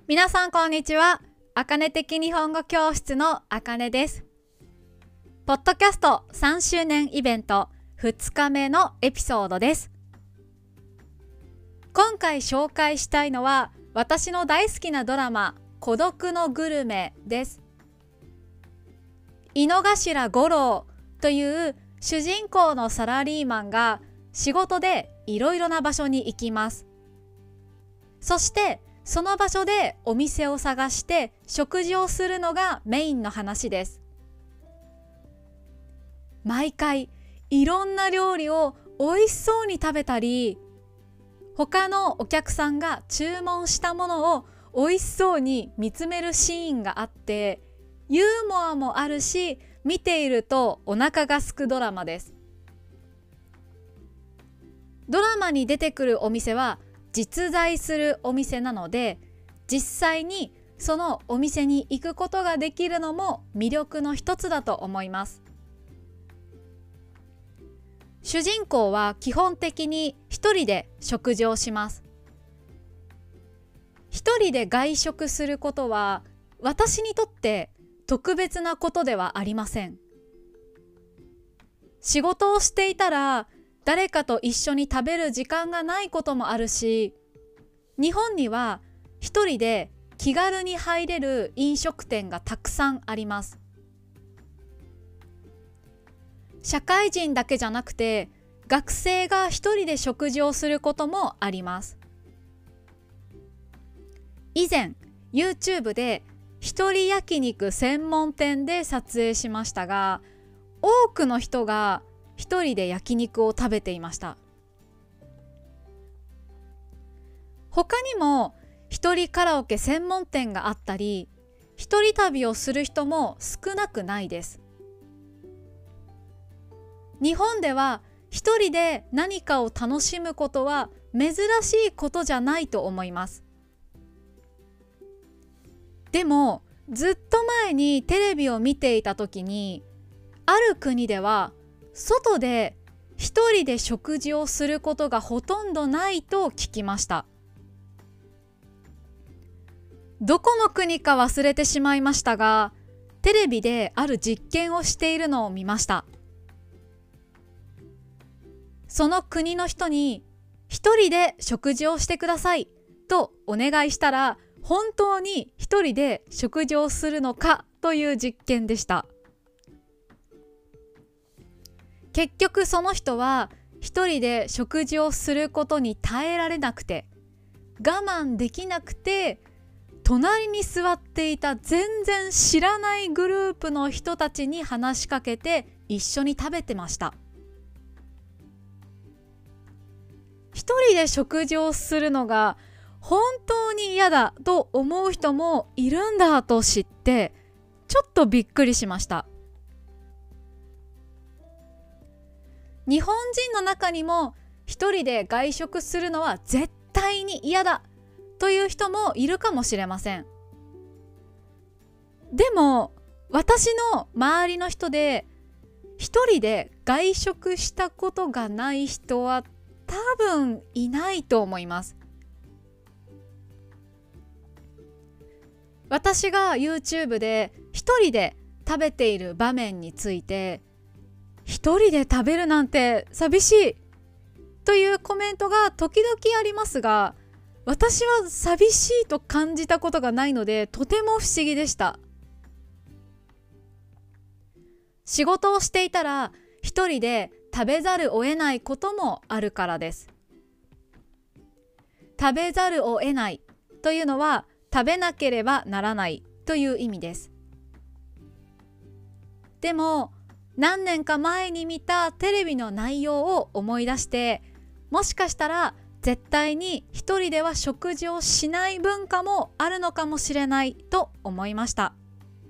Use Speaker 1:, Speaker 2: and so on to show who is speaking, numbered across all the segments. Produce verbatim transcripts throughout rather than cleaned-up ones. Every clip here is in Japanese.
Speaker 1: 皆さんこんにちは。あかね的日本語教室のあかねです。ポッドキャストさんしゅうねんイベントふつかめのエピソードです。今回紹介したいのは私の大好きなドラマ孤独のグルメです。井の頭五郎という主人公のサラリーマンが仕事でいろいろな場所に行きます。そしてその場所でお店を探して食事をするのがメインの話です。毎回いろんな料理を美味しそうに食べたり、他のお客さんが注文したものを美味しそうに見つめるシーンがあって、ユーモアもあるし、見ているとお腹がすくドラマです。ドラマに出てくるお店は実在するお店なので、実際にそのお店に行くことができるのも魅力の一つだと思います。主人公は基本的に一人で食事をします。一人で外食することは私にとって特別なことではありません。仕事をしていたら誰かと一緒に食べる時間がないこともあるし、日本には一人で気軽に入れる飲食店がたくさんあります。社会人だけじゃなくて、学生が一人で食事をすることもあります。以前、YouTube で一人焼肉専門店で撮影しましたが、多くの人が一人で焼肉を食べていました。他にも一人カラオケ専門店があったり、一人旅をする人も少なくないです。日本では一人で何かを楽しむことは珍しいことじゃないと思います。でもずっと前にテレビを見ていた時に、ある国では外で一人で食事をすることがほとんどないと聞きました。どこの国か忘れてしまいましたが、テレビである実験をしているのを見ました。その国の人に一人で食事をしてくださいとお願いしたら、本当に一人で食事をするのかという実験でした。結局その人は一人で食事をすることに耐えられなくて、我慢できなくて、隣に座っていた全然知らないグループの人たちに話しかけて一緒に食べてました。一人で食事をするのが本当に嫌だと思う人もいるんだと知って、ちょっとびっくりしました。日本人の中にも一人で外食するのは絶対に嫌だという人もいるかもしれません。でも私の周りの人で一人で外食したことがない人は多分いないと思います。私が YouTube で一人で食べている場面について、一人で食べるなんて寂しいというコメントが時々ありますが、私は寂しいと感じたことがないので、とても不思議でした。仕事をしていたら一人で食べざるを得ないこともあるからです。食べざるを得ないというのは食べなければならないという意味です。でも何年か前に見たテレビの内容を思い出して、もしかしたら絶対に一人では食事をしない文化もあるのかもしれないと思いました。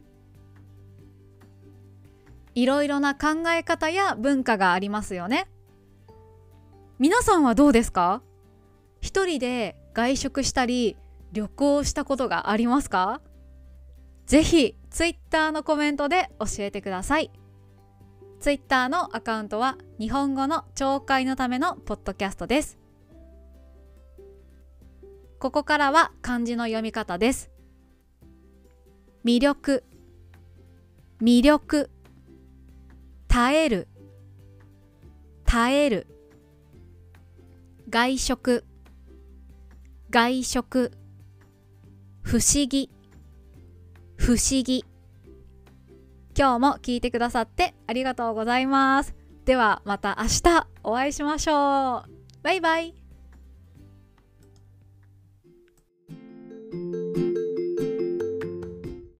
Speaker 1: いろいろな考え方や文化がありますよね。皆さんはどうですか？一人で外食したり旅行したことがありますか？ぜひツイッターのコメントで教えてください。ツイッターのアカウントは日本語の聴解のためのポッドキャストです。 ここからは漢字の読み方です。魅力、魅力、耐える、耐える。外食、外食。不思議、不思議。今日も聞いてくださってありがとうございます。ではまた明日お会いしましょう。バイバイ。